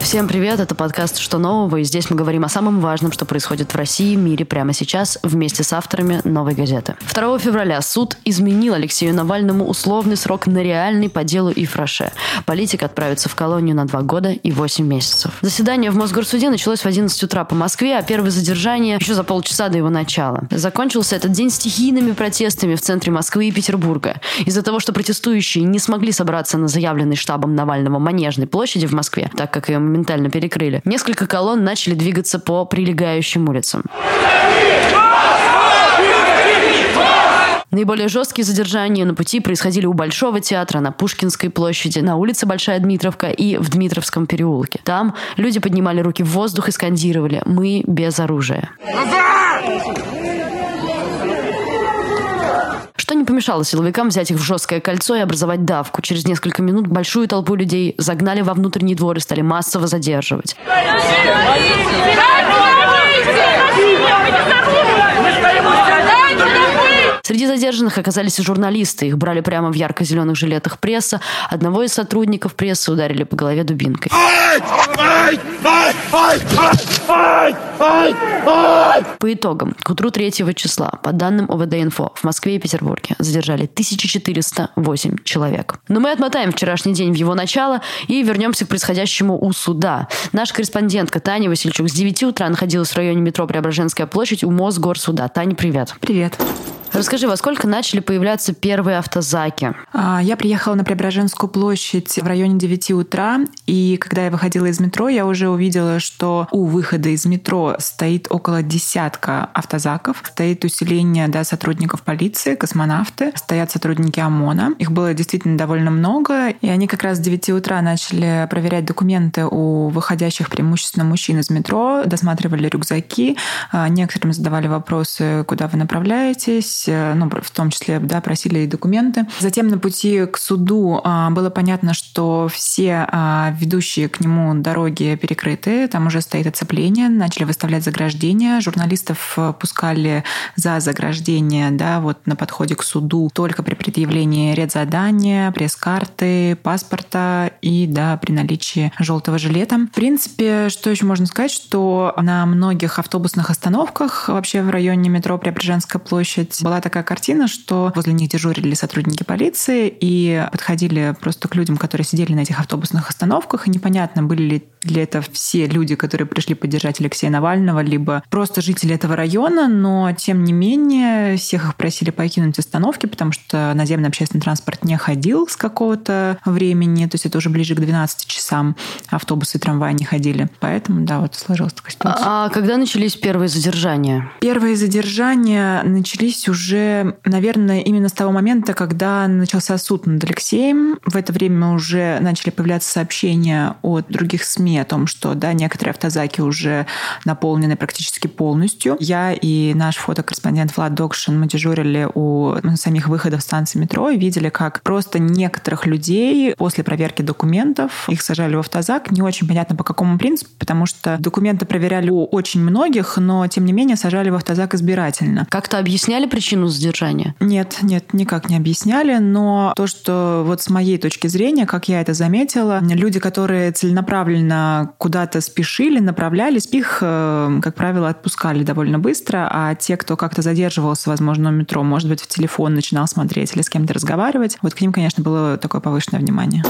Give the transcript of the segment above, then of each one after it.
Всем привет, это подкаст «Что нового?», и здесь мы говорим о самом важном, что происходит в России и мире прямо сейчас, вместе с авторами «Новой газеты». 2 февраля суд изменил Алексею Навальному условный срок на реальный по делу Ифраше. Политик отправится в колонию на 2 года и 8 месяцев. Заседание в Мосгорсуде началось в 11 утра по Москве, а первое задержание еще за полчаса до его начала. Закончился этот день стихийными протестами в центре Москвы и Петербурга. Из-за того, что протестующие не смогли собраться на заявленной штабом Навального Манежной площади в Москве, так как ее моментально перекрыли, несколько колонн начали двигаться по прилегающим улицам. Наиболее жесткие задержания на пути происходили у Большого театра, на Пушкинской площади, на улице Большая Дмитровка и в Дмитровском переулке. Там люди поднимали руки в воздух и скандировали «Мы без оружия». Что не помешало силовикам взять их в жесткое кольцо и образовать давку. Через несколько минут большую толпу людей загнали во внутренний двор и стали массово задерживать. Среди задержанных оказались и журналисты. Их брали прямо в ярко-зеленых жилетах пресса. Одного из сотрудников прессы ударили по голове дубинкой. По итогам, к утру 3 числа, по данным ОВД-Инфо, в Москве и Петербурге задержали 1408 человек. Но мы отмотаем вчерашний день в его начало и вернемся к происходящему у суда. Наша корреспондентка Таня Васильчук с 9 утра находилась в районе метро Преображенская площадь у Мосгорсуда. Таня, привет. Привет. Расскажи, во сколько начали появляться первые автозаки? Я приехала на Преображенскую площадь в районе 9 утра, и когда я выходила из метро, я уже увидела, что у выхода из метро стоит около десятка автозаков. Стоит усиление сотрудников полиции, космонавты, стоят сотрудники ОМОНа. Их было действительно довольно много, и они как раз с 9 утра начали проверять документы у выходящих преимущественно мужчин из метро, досматривали рюкзаки, некоторым задавали вопросы, куда вы направляетесь, в том числе, просили документы. Затем на пути к суду было понятно, что все ведущие к нему дороги перекрыты, там уже стоит оцепление, начали выставлять заграждения, журналистов пускали за заграждение, на подходе к суду только при предъявлении редзадания, пресс-карты, паспорта и, при наличии желтого жилета. В принципе, что еще можно сказать, что на многих автобусных остановках вообще в районе метро Преображенская площадь была такая картина, что возле них дежурили сотрудники полиции и подходили просто к людям, которые сидели на этих автобусных остановках, и непонятно, были ли это все люди, которые пришли поддержать Алексея Навального, либо просто жители этого района, но тем не менее всех их просили покинуть остановки, потому что наземный общественный транспорт не ходил с какого-то времени, то есть это уже ближе к 12 часам автобусы и трамваи не ходили. Поэтому, сложилась такая ситуация. А когда начались первые задержания? Первые задержания начались уже, наверное, именно с того момента, когда начался суд над Алексеем. В это время уже начали появляться сообщения от других СМИ о том, что некоторые автозаки уже наполнены практически полностью. Я и наш фотокорреспондент Влад Докшин, мы дежурили у самих выходов станции метро и видели, как просто некоторых людей после проверки документов их сажали в автозак. Не очень понятно, по какому принципу, потому что документы проверяли у очень многих, но, тем не менее, сажали в автозак избирательно. Как-то объясняли причину задержания? Нет, никак не объясняли, но то, что с моей точки зрения, как я это заметила, люди, которые целенаправленно куда-то спешили, направлялись, их, как правило, отпускали довольно быстро, а те, кто как-то задерживался, возможно, у метро, может быть, в телефон начинал смотреть или с кем-то разговаривать, к ним, конечно, было такое повышенное внимание.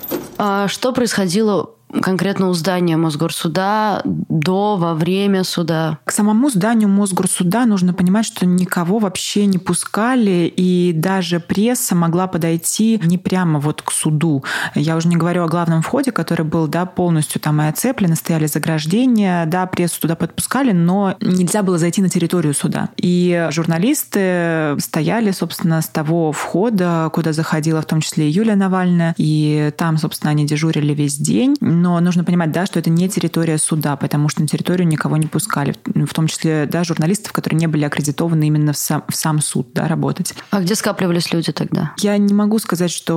А что происходило конкретно у здания Мосгорсуда во время суда? К самому зданию Мосгорсуда нужно понимать, что никого вообще не пускали, и даже пресса могла подойти не прямо к суду. Я уже не говорю о главном входе, который был, полностью там и оцеплен, стояли заграждения, прессу туда подпускали, но нельзя было зайти на территорию суда. И журналисты стояли, собственно, с того входа, куда заходила в том числе и Юлия Навальная, и там, собственно, они дежурили весь день. Но нужно понимать, что это не территория суда, потому что на территорию никого не пускали, в том числе журналистов, которые не были аккредитованы именно в сам суд работать. А где скапливались люди тогда? Я не могу сказать, что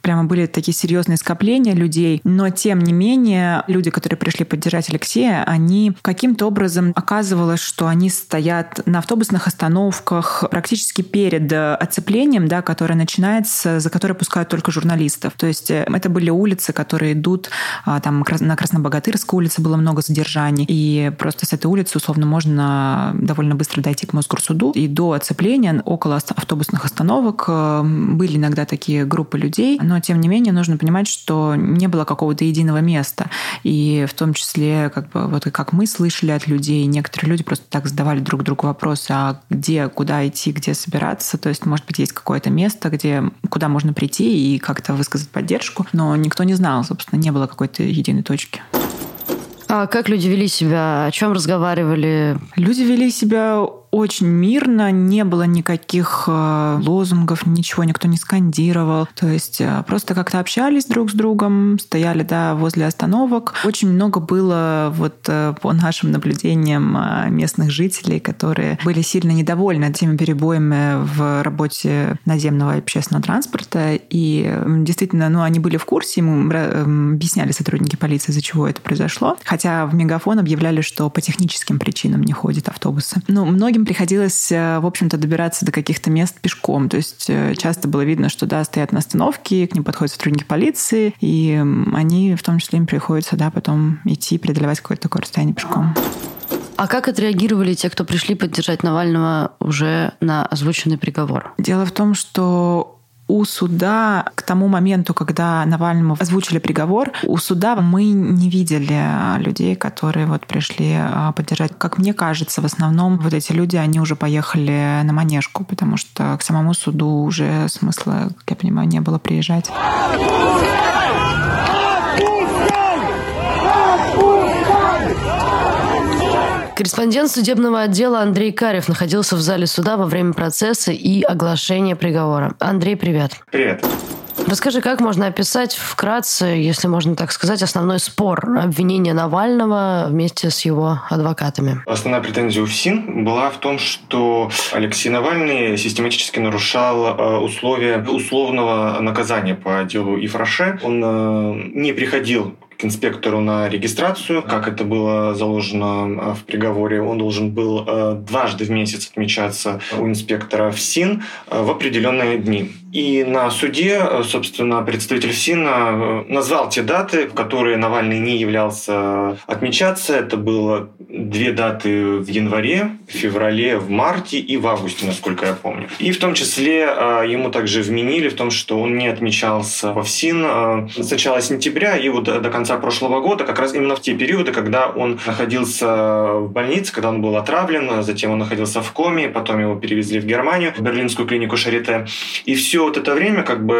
прямо были такие серьезные скопления людей, но тем не менее люди, которые пришли поддержать Алексея, они каким-то образом оказывалось, что они стоят на автобусных остановках практически перед оцеплением, да, которое начинается, за которое пускают только журналистов. То есть это были улицы, которые идут, там на Краснобогатырской улице было много задержаний, и просто с этой улицы условно можно довольно быстро дойти к Мосгорсуду. И до оцепления около автобусных остановок были иногда такие группы людей, но тем не менее нужно понимать, что не было какого-то единого места. И в том числе, вот как мы слышали от людей, некоторые люди просто так задавали друг другу вопросы, а где, куда идти, где собираться. То есть, может быть, есть какое-то место, куда можно прийти и как-то высказать поддержку, но никто не знал, собственно, не было какой-то единой точки. А как люди вели себя? О чем разговаривали? Люди вели себя очень мирно, не было никаких лозунгов, ничего никто не скандировал. То есть просто как-то общались друг с другом, стояли, да, возле остановок. Очень много было по нашим наблюдениям местных жителей, которые были сильно недовольны теми перебоями в работе наземного и общественного транспорта. И действительно, они были в курсе, им объясняли сотрудники полиции, из-за чего это произошло. Хотя в мегафон объявляли, что по техническим причинам не ходят автобусы. Многим приходилось, в общем-то, добираться до каких-то мест пешком. То есть часто было видно, что, да, стоят на остановке, к ним подходят сотрудники полиции, и они, в том числе, им приходится, да, потом идти, преодолевать какое-то такое расстояние пешком. А как отреагировали те, кто пришли поддержать Навального уже на озвученный приговор? Дело в том, что у суда к тому моменту, когда Навальному озвучили приговор, у суда мы не видели людей, которые пришли поддержать. Как мне кажется, в основном эти люди, они уже поехали на Манежку, потому что к самому суду уже смысла, как я понимаю, не было приезжать. Корреспондент судебного отдела Андрей Карев находился в зале суда во время процесса и оглашения приговора. Андрей, привет. Привет. Расскажи, как можно описать вкратце, если можно так сказать, основной спор обвинения Навального вместе с его адвокатами? Основная претензия у ФСИН была в том, что Алексей Навальный систематически нарушал условия условного наказания по делу Ифраше. Он не приходил к инспектору на регистрацию, как это было заложено в приговоре. Он должен был дважды в месяц отмечаться у инспектора ФСИН в определенные дни. И на суде, собственно, представитель ФСИН назвал те даты, в которые Навальный не являлся отмечаться. Это было 2 даты в январе, в феврале, в марте и в августе, насколько я помню. И в том числе ему также вменили в том, что он не отмечался во ФСИН с начала сентября и до конца прошлого года, как раз именно в те периоды, когда он находился в больнице, когда он был отравлен, затем он находился в коме, потом его перевезли в Германию, в берлинскую клинику Шарите. И все это время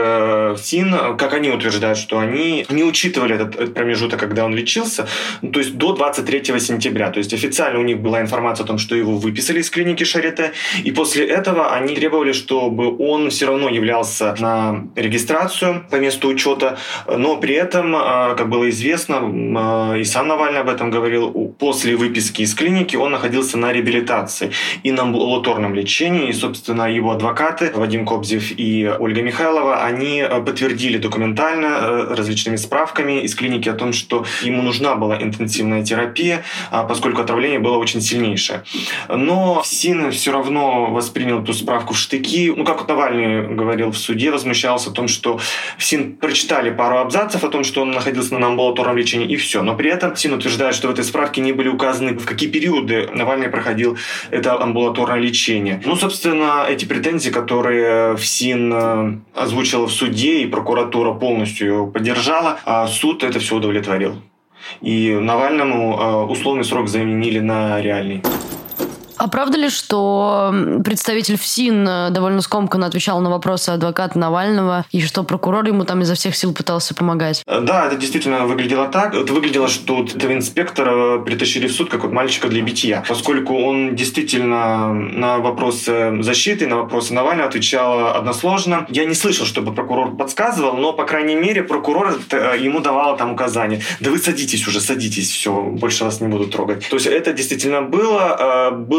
ФСИН, как они утверждают, что они не учитывали этот промежуток, когда он лечился, то есть до 23 сентября. То есть официально у них была информация о том, что его выписали из клиники Шарите, и после этого они требовали, чтобы он все равно являлся на регистрацию по месту учета, но при этом, как было известно, и сам Навальный об этом говорил, после выписки из клиники он находился на реабилитации и на амбулаторном лечении, и, собственно, его адвокаты Вадим Кобзев и Ольга Михайлова, они подтвердили документально различными справками из клиники о том, что ему нужна была интенсивная терапия, поскольку отравление было очень сильнейшее. Но ФСИН все равно воспринял эту справку в штыки. Как Навальный говорил в суде, возмущался о том, что ФСИН прочитали пару абзацев о том, что он находился на амбулаторном лечении, и все. Но при этом ФСИН утверждает, что в этой справке не были указаны, в какие периоды Навальный проходил это амбулаторное лечение. Собственно, эти претензии, которые ФСИН озвучила в суде, и прокуратура полностью его поддержала, а суд это все удовлетворил. И Навальному условный срок заменили на реальный. А правда ли, что представитель ФСИН довольно скомканно отвечал на вопросы адвоката Навального, и что прокурор ему там изо всех сил пытался помогать? Да, это действительно выглядело так. Это выглядело, что этого инспектора притащили в суд как мальчика для битья, поскольку он действительно на вопросы защиты, на вопросы Навального отвечал односложно. Я не слышал, чтобы прокурор подсказывал, но, по крайней мере, прокурор ему давал там указания. Да вы садитесь уже, садитесь, все, больше вас не буду трогать. То есть это действительно было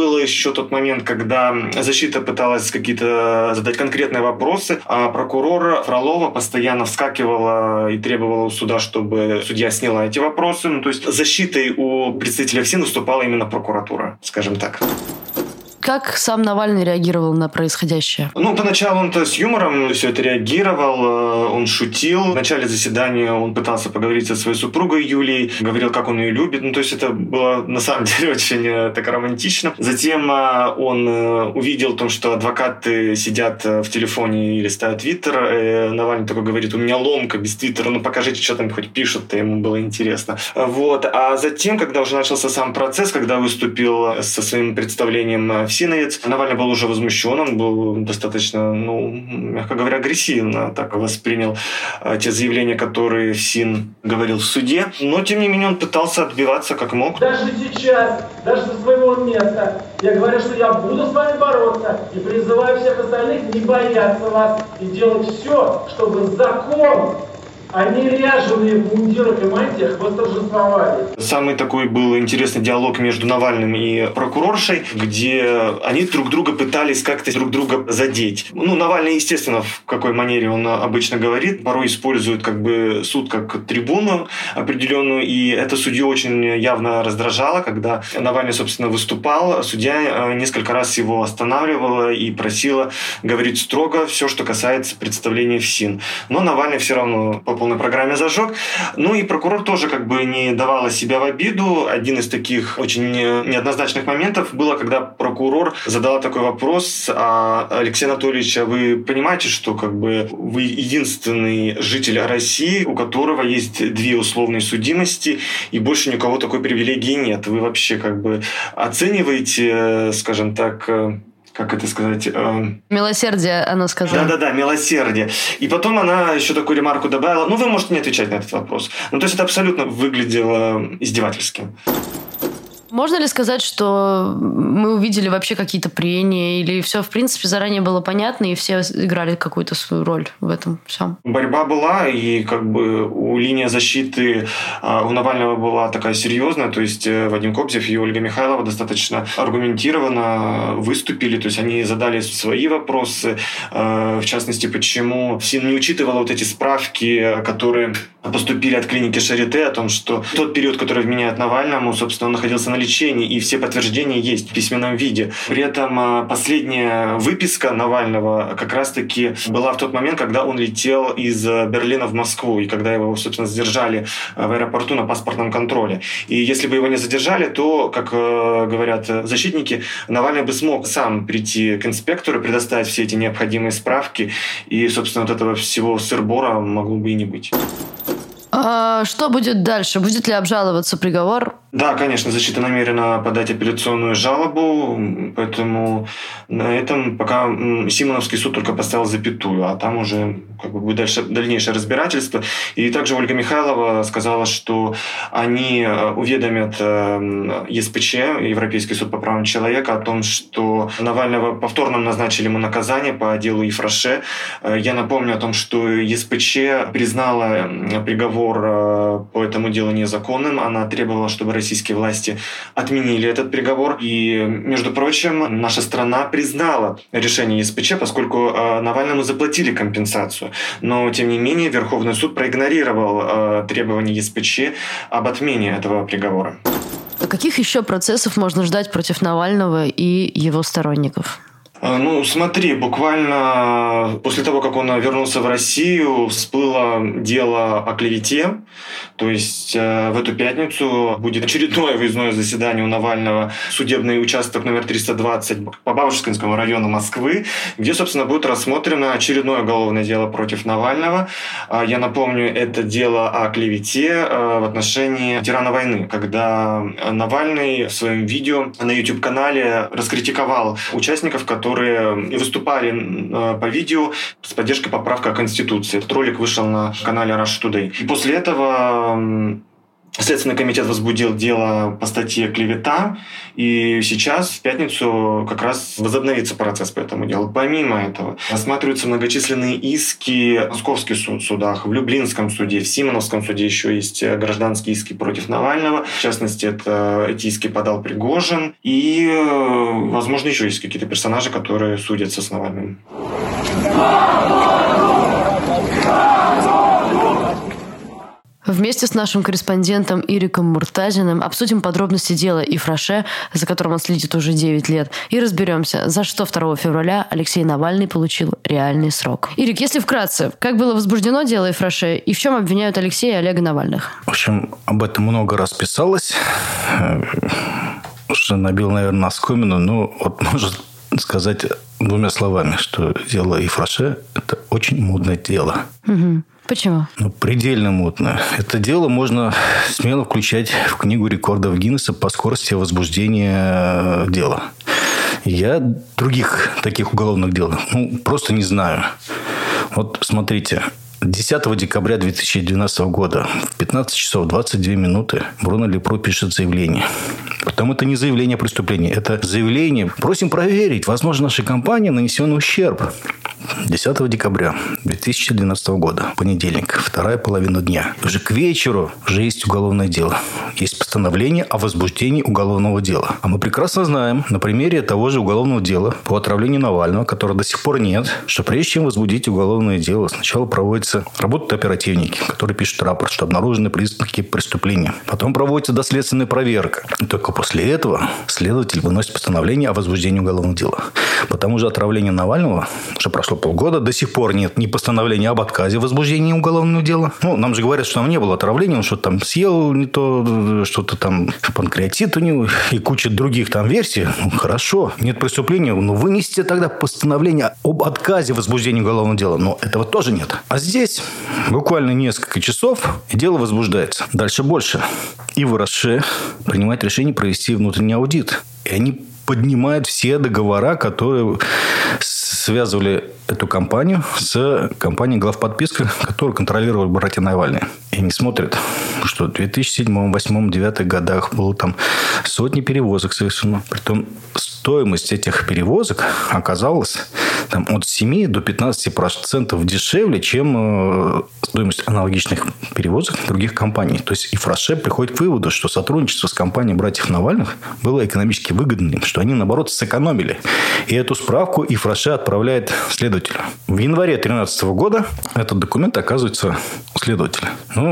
был еще тот момент, когда защита пыталась какие-то задать конкретные вопросы, а прокурор Фролова постоянно вскакивала и требовала у суда, чтобы судья сняла эти вопросы. Ну, то есть защитой у представителя ФСИН выступала именно прокуратура, скажем так. Как сам Навальный реагировал на происходящее? Поначалу он-то с юмором все это реагировал, он шутил. В начале заседания он пытался поговорить со своей супругой Юлией, говорил, как он ее любит. То есть это было на самом деле очень так романтично. Затем он увидел о том, что адвокаты сидят в телефоне и листают Твиттер. Навальный такой говорит: у меня ломка без Твиттера, покажите, что там хоть пишут-то, ему было интересно. А затем, когда уже начался сам процесс, когда выступил со своим представлением ФСИНовец, Навальный был уже возмущен, он был достаточно, мягко говоря, агрессивно так воспринял те заявления, которые ФСИН говорил в суде. Но, тем не менее, он пытался отбиваться как мог. Даже сейчас, даже со своего места, я говорю, что я буду с вами бороться и призываю всех остальных не бояться вас и делать все, чтобы закон, а не ряженые в мундирах и мантиях восторжествовали. Самый такой был интересный диалог между Навальным и прокуроршей, где они друг друга пытались как-то друг друга задеть. Навальный, естественно, в какой манере он обычно говорит, порой использует суд как трибуну определенную, и это судью очень явно раздражало, когда Навальный, собственно, выступал, судья несколько раз его останавливала и просила говорить строго все, что касается представления ФСИН. Но Навальный все равно по полной программе зажег. И прокурор тоже не давала себя в обиду. Один из таких очень неоднозначных моментов было, когда прокурор задала такой вопрос: Алексей Анатольевич, а вы понимаете, что вы единственный житель России, у которого есть 2 условные судимости, и больше ни у кого такой привилегии нет? Вы вообще оцениваете, скажем так, как это сказать? Милосердие, она сказала. Да, милосердие. И потом она еще такую ремарку добавила: вы можете не отвечать на этот вопрос. То есть это абсолютно выглядело издевательски. Можно ли сказать, что мы увидели вообще какие-то прения, или все, в принципе, заранее было понятно, и все играли какую-то свою роль в этом всем? Борьба была, и у линии защиты у Навального была такая серьезная, то есть Вадим Кобзев и Ольга Михайлова достаточно аргументированно выступили, то есть они задали свои вопросы, в частности, почему ФСИН не учитывала эти справки, которые поступили от клиники Шарите, о том, что тот период, который вменяют Навальному, собственно, он находился на лечении, и все подтверждения есть в письменном виде. При этом последняя выписка Навального как раз-таки была в тот момент, когда он летел из Берлина в Москву, и когда его, собственно, задержали в аэропорту на паспортном контроле. И если бы его не задержали, то, как говорят защитники, Навальный бы смог сам прийти к инспектору, предоставить все эти необходимые справки, и, собственно, этого всего сыр-бора могло бы и не быть. Что будет дальше? Будет ли обжаловаться приговор? Да, конечно, защита намерена подать апелляционную жалобу, поэтому на этом пока Симоновский суд только поставил запятую, а там уже будет дальнейшее разбирательство. И также Ольга Михайлова сказала, что они уведомят ЕСПЧ, Европейский суд по правам человека, о том, что Навального повторно назначили ему наказание по делу Ифраше. Я напомню о том, что ЕСПЧ признала приговор по этому делу незаконным. Она требовала, чтобы российские власти отменили этот приговор. И, между прочим, наша страна признала решение ЕСПЧ, поскольку Навальному заплатили компенсацию. Но, тем не менее, Верховный суд проигнорировал требования ЕСПЧ об отмене этого приговора. Каких еще процессов можно ждать против Навального и его сторонников? Смотри, буквально после того, как он вернулся в Россию, всплыло дело о клевете. То есть в эту пятницу будет очередное выездное заседание у Навального, судебный участок номер 320 по Бабушкинскому району Москвы, где, собственно, будет рассмотрено очередное уголовное дело против Навального. Я напомню, это дело о клевете в отношении ветерана войны, когда Навальный в своем видео на YouTube-канале раскритиковал участников, которые выступали по видео с поддержкой поправки о Конституции. Этот ролик вышел на канале Russia Today. И после этого Следственный комитет возбудил дело по статье «Клевета», и сейчас, в пятницу, как раз возобновится процесс по этому делу. Помимо этого, рассматриваются многочисленные иски в московских судах, в Люблинском суде, в Симоновском суде еще есть гражданские иски против Навального. В частности, эти иски подал Пригожин. И, возможно, еще есть какие-то персонажи, которые судятся с Навальным. Вместе с нашим корреспондентом Ириком Муртазиным обсудим подробности дела Ифраше, за которым он следит уже 9 лет, и разберемся, за что 2 февраля Алексей Навальный получил реальный срок. Ирик, если вкратце, как было возбуждено дело Ифраше и в чем обвиняют Алексея и Олега Навальных? В общем, об этом много раз писалось. Уже набил, наверное, оскомину, но вот можно сказать 2 словами, что дело Ифраше – это очень модное дело. Угу. Почему? Предельно мутно. Это дело можно смело включать в книгу рекордов Гиннесса по скорости возбуждения дела. Я других таких уголовных дел просто не знаю. Вот смотрите. 10 декабря 2012 года в 15 часов 22 минуты Бруно Лепро пишет заявление. Потом это не заявление о преступлении, это заявление. Просим проверить, возможно, нашей компании нанесен ущерб. 10 декабря 2012 года, понедельник, 2:30 дня. Уже к вечеру уже есть уголовное дело. Есть постановление о возбуждении уголовного дела. А мы прекрасно знаем на примере того же уголовного дела по отравлению Навального, которого до сих пор нет, что прежде чем возбудить уголовное дело, сначала работают оперативники, которые пишут рапорт, что обнаружены признаки преступления. Потом проводится доследственная проверка. И только после этого следователь выносит постановление о возбуждении уголовного дела. По тому же отравлению Навального уже прошло полгода, до сих пор нет ни постановления об отказе в возбуждении уголовного дела. Нам же говорят, что там не было отравления, он что-то там съел не то, что-то там панкреатит у него и куча других там версий. Хорошо, нет преступления, вынесите тогда постановление об отказе в возбуждении уголовного дела. Но этого тоже нет. А здесь буквально несколько часов и дело возбуждается. Дальше больше. Ифраше принимает решение провести внутренний аудит. И они поднимают все договора, которые связывали эту компанию с компанией главподписка, которую контролировали братья Навальные. И они смотрят, что в 2007, 2008, 2009 годах было там сотни перевозок совершено. Притом стоимость этих перевозок оказалась там, от 7 до 15% дешевле, чем стоимость аналогичных перевозок других компаний. То есть Ифраше приходит к выводу, что сотрудничество с компанией братьев Навальных было экономически выгодным, что они, наоборот, сэкономили. И эту справку Ифраше отправляет следователю. В январе 2013 года этот документ оказывается у следователя.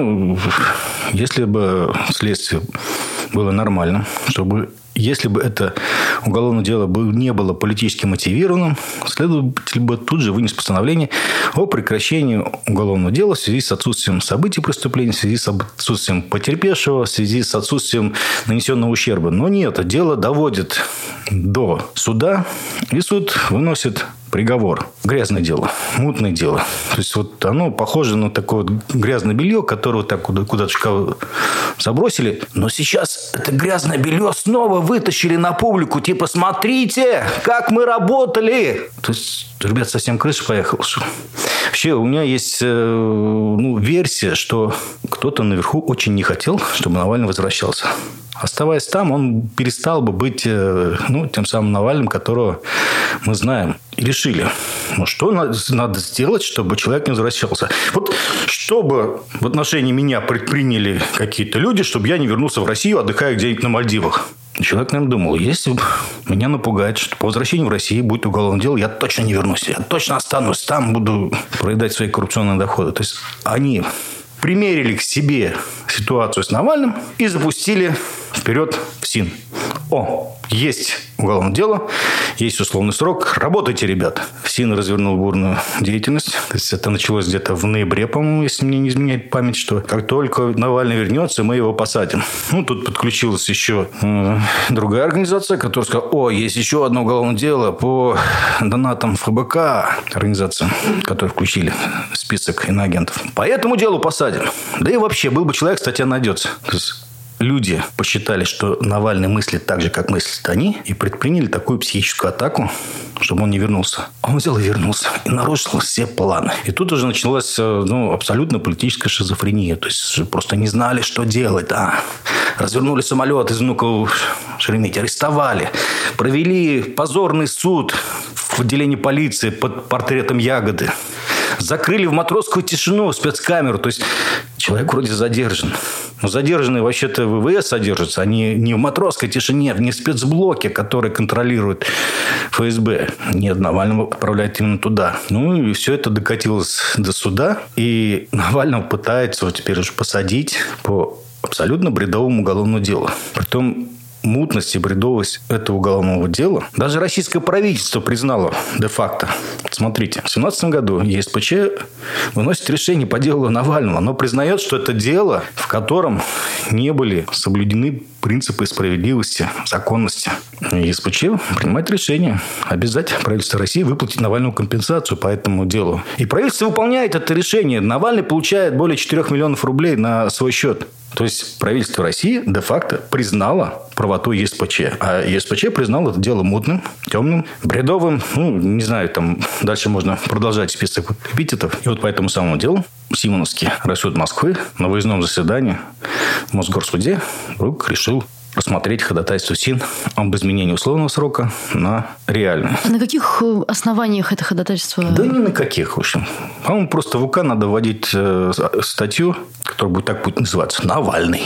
Если бы следствие было нормально, если бы это уголовное дело не было политически мотивированным, следователь бы тут же вынес постановление о прекращении уголовного дела в связи с отсутствием событий преступления, в связи с отсутствием потерпевшего, в связи с отсутствием нанесенного ущерба. Но нет, дело доводит до суда, и суд выносит приговор. Грязное дело, мутное дело. То есть, оно похоже на такое грязное белье, которое так куда-то в шкаф забросили. Но сейчас это грязное белье снова вытащили на публику. Типа, смотрите, как мы работали. То есть, ребят, совсем крыша поехала. Вообще, у меня есть версия, что кто-то наверху очень не хотел, чтобы Навальный возвращался. Оставаясь там, он перестал бы быть тем самым Навальным, которого мы знаем. И решили, что надо сделать, чтобы человек не возвращался. Чтобы в отношении меня предприняли какие-то люди, чтобы я не вернулся в Россию, отдыхая где-нибудь на Мальдивах. И человек, наверное, думал, если меня напугает, что по возвращению в Россию будет уголовное дело, я точно не вернусь. Я точно останусь там, буду проедать свои коррупционные доходы. То есть, они примерили к себе ситуацию с Навальным и запустили вперед в СИН. Есть уголовное дело, есть условный срок. Работайте, ребят. СИН развернул бурную деятельность. То есть, это началось где-то в ноябре, по-моему, если мне не изменяет память, что как только Навальный вернется, мы его посадим. Тут подключилась еще другая организация, которая сказала, есть еще одно уголовное дело по донатам ФБК. Организация, которую включили в список иноагентов. По этому делу посадим. Да и вообще, был бы человек, статья найдется. люди посчитали, что Навальный мыслит так же, как мыслят они, и предприняли такую психическую атаку, чтобы он не вернулся. Он взял и вернулся, и нарушил все планы. И тут уже началась абсолютно политическая шизофрения. То есть просто не знали, что делать. Развернули самолет из Внуково-Шереметьево, арестовали, провели позорный суд в отделении полиции под портретом Ягоды. Закрыли в матросскую тишину спецкамеру. То есть человек вроде задержан. Но задержанные вообще-то в ВВС содержатся. Они не в матросской тишине, не в спецблоке, который контролирует ФСБ. Нет, Навального отправляют именно туда. И все это докатилось до суда. И Навального пытаются теперь уже посадить по абсолютно бредовому уголовному делу. Притом мутность и бредовость этого уголовного дела даже российское правительство признало де-факто. Смотрите, в 2017 году ЕСПЧ выносит решение по делу Навального. Оно признает, что это дело, в котором не были соблюдены принципы справедливости, законности. ЕСПЧ принимает решение обязать правительство России выплатить Навальному компенсацию по этому делу. И правительство выполняет это решение. Навальный получает более 4 миллионов рублей на свой счет. То есть правительство России де-факто признало правоту ЕСПЧ. А ЕСПЧ признал это дело мутным, темным, бредовым. Не знаю, там дальше можно продолжать список эпитетов. И вот по этому самому делу Симоновский райсуд Москвы на выездном заседании в Мосгорсуде вдруг решил рассмотреть ходатайство СИН об изменении условного срока на реальный. На каких основаниях это ходатайство? Да ни на каких, в общем. По-моему, просто в УК надо вводить статью, которая будет называться «Навальный».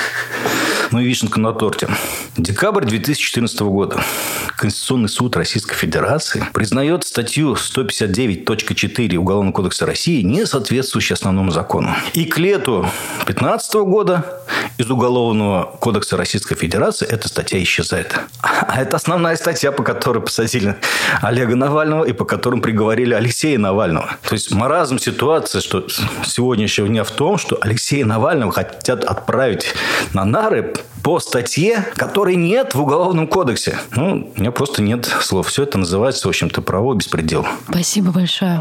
И вишенка на торте. Декабрь 2014 года. Конституционный суд Российской Федерации признает статью 159.4 Уголовного кодекса России не соответствующей основному закону. И к лету 2015 года из Уголовного кодекса Российской Федерации эта статья исчезает. А это основная статья, по которой посадили Олега Навального и по которым приговорили Алексея Навального. То есть маразм ситуации, что сегодняшнего дня в том, что Алексея Навального хотят отправить на нары по статье, которой нет в Уголовном кодексе. У меня просто нет слов. Все это называется, в общем-то, правовой беспредел. Спасибо большое.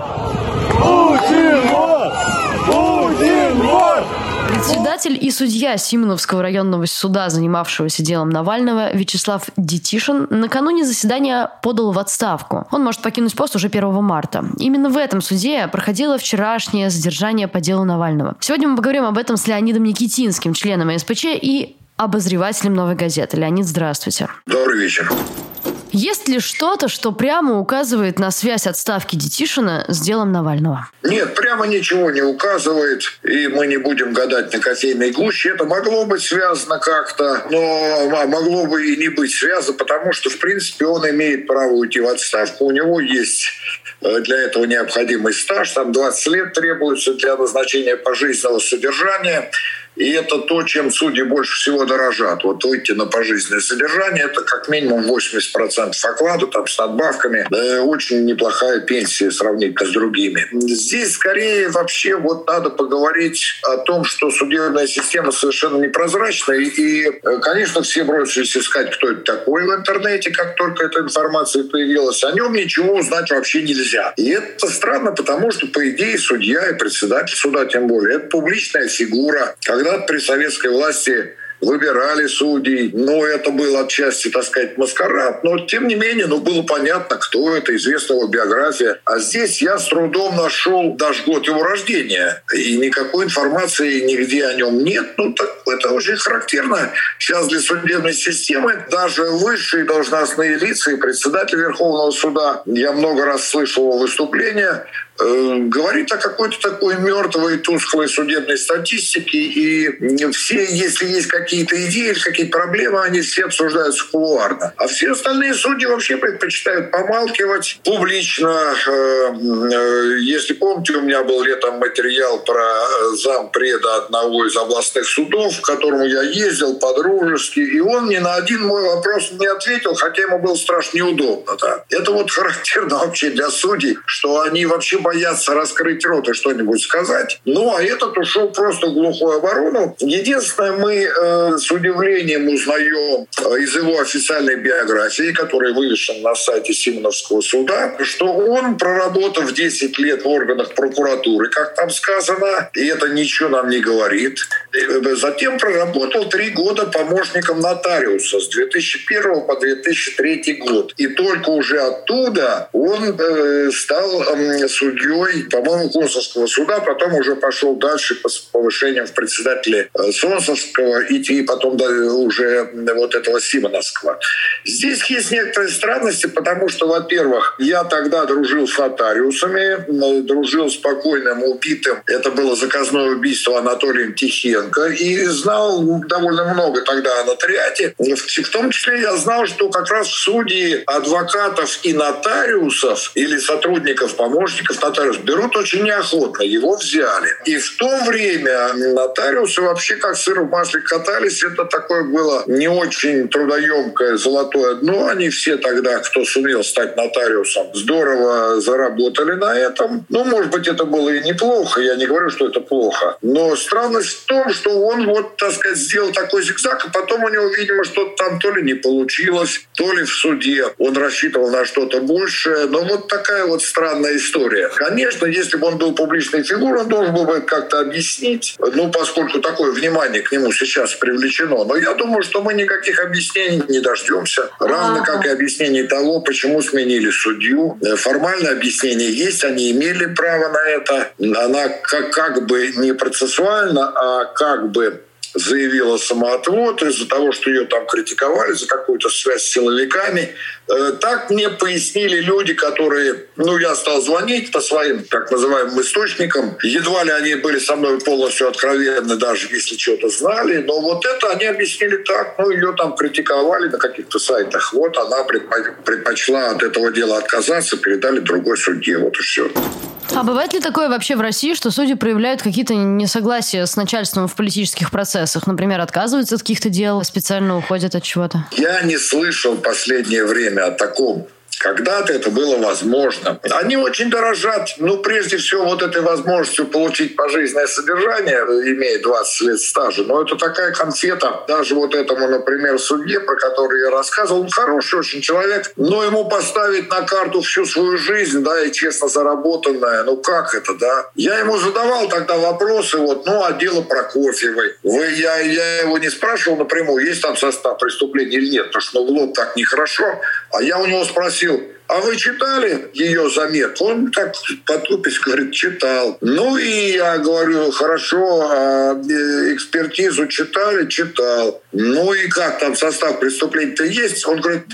Председатель и судья Симоновского районного суда, занимавшегося делом Навального, Вячеслав Детишин, накануне заседания подал в отставку. Он может покинуть пост уже 1 марта. Именно в этом суде проходило вчерашнее задержание по делу Навального. Сегодня мы поговорим об этом с Леонидом Никитинским, членом СПЧ и обозревателем «Новой газеты». Леонид, здравствуйте. Добрый вечер. Есть ли что-то, что прямо указывает на связь отставки Детишина с делом Навального? Нет, прямо ничего не указывает, и мы не будем гадать на кофейной гуще. Это могло быть связано как-то, но могло бы и не быть связано, потому что, в принципе, он имеет право уйти в отставку. У него есть для этого необходимый стаж, там 20 лет требуется для назначения пожизненного содержания. И это то, чем судьи больше всего дорожат. Вот выйти на пожизненное содержание – это как минимум 80% оклада, там, с надбавками. Очень неплохая пенсия сравнительно с другими. Здесь скорее вообще надо поговорить о том, что судебная система совершенно непрозрачная. И, конечно, все бросились искать, кто это такой в интернете, как только эта информация появилась. О нем ничего узнать вообще нельзя. И это странно, потому что, по идее, судья и председатель суда, тем более, это публичная фигура. Когда-то при советской власти выбирали судей. Это был отчасти, так сказать, маскарад. Но, тем не менее, было понятно, кто это, известна его биография. А здесь я с трудом нашел даже год его рождения. И никакой информации нигде о нем нет. Это очень характерно сейчас для судебной системы. Даже высшие должностные лица и председатель Верховного суда, я много раз слышал его выступления, говорит о какой-то такой мертвой, тусклой судебной статистике. И все, если есть какие-то идеи или какие-то проблемы, они все обсуждаются кулуарно. А все остальные судьи вообще предпочитают помалкивать публично. Если помните, у меня был летом материал про зампреда одного из областных судов, к которому я ездил по-дружески, и он ни на один мой вопрос не ответил, хотя ему было страшно неудобно. Да? Это характерно вообще для судей, что они вообще боятся раскрыть рот и что-нибудь сказать. А этот ушел просто в глухую оборону. Единственное, мы с удивлением узнаем из его официальной биографии, которая вывешена на сайте Симоновского суда, что он, проработав 10 лет в органах прокуратуры, как там сказано, и это ничего нам не говорит, Затем проработал 3 года помощником нотариуса с 2001 по 2003 год. И только уже оттуда он стал судьей, по-моему, Консульского суда, потом уже пошел дальше по повышениям в председателе Солнцевского и потом уже вот этого Симоновского. Здесь есть некоторые странности, потому что, во-первых, я тогда дружил с нотариусами, дружил с покойным убитым, это было заказное убийство, Анатолием Тихенко, и знал довольно много тогда о нотариате. В том числе я знал, что как раз судьи адвокатов и нотариусов или сотрудников, помощников нотариусов берут очень неохотно. Его взяли. И в то время нотариусы вообще как сыр в масле катались. Это такое было не очень трудоемкое золотое дно. Они все тогда, кто сумел стать нотариусом, здорово заработали на этом. Ну, может быть, это было и неплохо. Я не говорю, что это плохо. Но странность в том, что он вот, так сказать, сделал такой зигзаг, а потом у него, видимо, что-то там то ли не получилось, то ли в суде он рассчитывал на что-то большее. Но вот такая вот странная история. Конечно, если бы он был публичной фигурой, он должен был бы как-то объяснить, ну, поскольку такое внимание к нему сейчас привлечено. Но я думаю, что мы никаких объяснений не дождемся. Равно как и объяснений того, почему сменили судью. Формальное объяснение есть, они имели право на это. Она как бы не процессуально, а как бы заявила самоотвод из-за того, что ее там критиковали за какую-то связь с силовиками. Так мне пояснили люди, которые... Ну, я стал звонить по своим так называемым источникам. Едва ли они были со мной полностью откровенны, даже если что-то знали. Но вот это они объяснили так. Ну, ее там критиковали на каких-то сайтах. Вот она предпочла от этого дела отказаться, передали другой судье. Вот и все. А бывает ли такое вообще в России, что судьи проявляют какие-то несогласия с начальством в политических процессах? Например, отказываются от каких-то дел, специально уходят от чего-то? Я не слышал в последнее время о таком. Когда-то это было возможно. Они очень дорожат, ну, прежде всего, вот этой возможностью получить пожизненное содержание, имея 20 лет стажа. Но это такая конфета. Даже вот этому, например, судье, про который я рассказывал, он хороший очень человек, но ему поставить на карту всю свою жизнь, да, и честно заработанное, ну как это, да? Я ему задавал тогда вопросы, вот, ну, а дело Прокофьевой. Я его не спрашивал напрямую, есть там состав преступления или нет, потому что в лоб так нехорошо. А я у него спросил: а вы читали ее заметку? Он так потупясь говорит: читал. Ну и я говорю: хорошо, а экспертизу читали? Читал. Ну и как там состав преступления-то есть? Он говорит: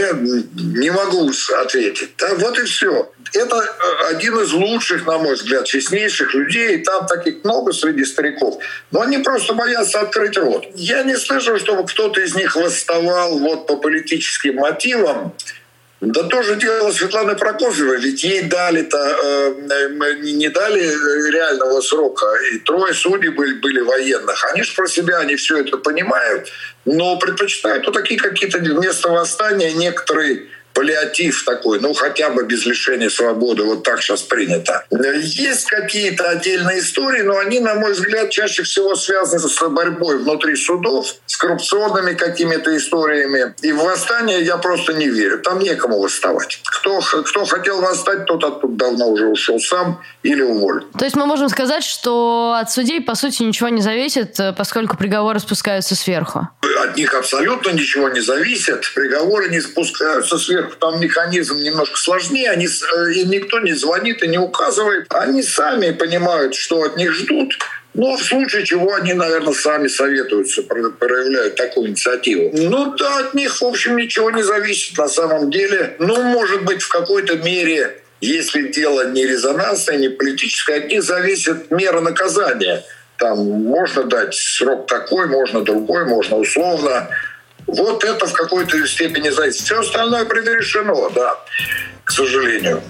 не могу ответить. Да, вот и все. Это один из лучших, на мой взгляд, честнейших людей. Там таких много среди стариков. Но они просто боятся открыть рот. Я не слышал, чтобы кто-то из них восставал вот по политическим мотивам. Да тоже дело Светланы Прокофьевой, ведь ей дали-то, не дали реального срока. И 3 судей были военных. Они же про себя, они все это понимают, но предпочитают вот такие какие-то вместо восстания некоторые паллиатив такой, ну хотя бы без лишения свободы, вот так сейчас принято. Есть какие-то отдельные истории, но они, на мой взгляд, чаще всего связаны с борьбой внутри судов, с коррупционными какими-то историями. И в восстание я просто не верю. Там некому восставать. Кто хотел восстать, тот оттуда давно уже ушел сам или уволен. То есть мы можем сказать, что от судей, по сути, ничего не зависит, поскольку приговоры спускаются сверху? От них абсолютно ничего не зависит. Приговоры не спускаются сверху. Там механизм немножко сложнее. Им никто не звонит и не указывает. Они сами понимают, что от них ждут. Но в случае чего они, наверное, сами советуются, проявляют такую инициативу. Ну да, от них, в общем, ничего не зависит на самом деле. Ну, может быть, в какой-то мере, если дело не резонансное, не политическое, от них зависит мера наказания. Там можно дать срок такой, можно другой, можно условно. Вот это в какой-то степени зависит. Все остальное предрешено, да, к сожалению.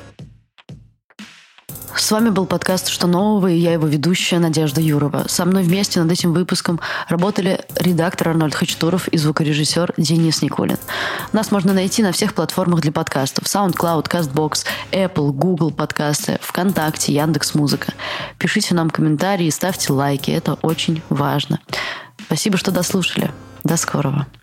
С вами был подкаст «Что нового?» и я его ведущая Надежда Юрова. Со мной вместе над этим выпуском работали редактор Арнольд Хачатуров и звукорежиссер Денис Никулин. Нас можно найти на всех платформах для подкастов: SoundCloud, CastBox, Apple, Google подкасты, ВКонтакте, Яндекс.Музыка. Пишите нам комментарии, ставьте лайки, это очень важно. Спасибо, что дослушали. До скорого.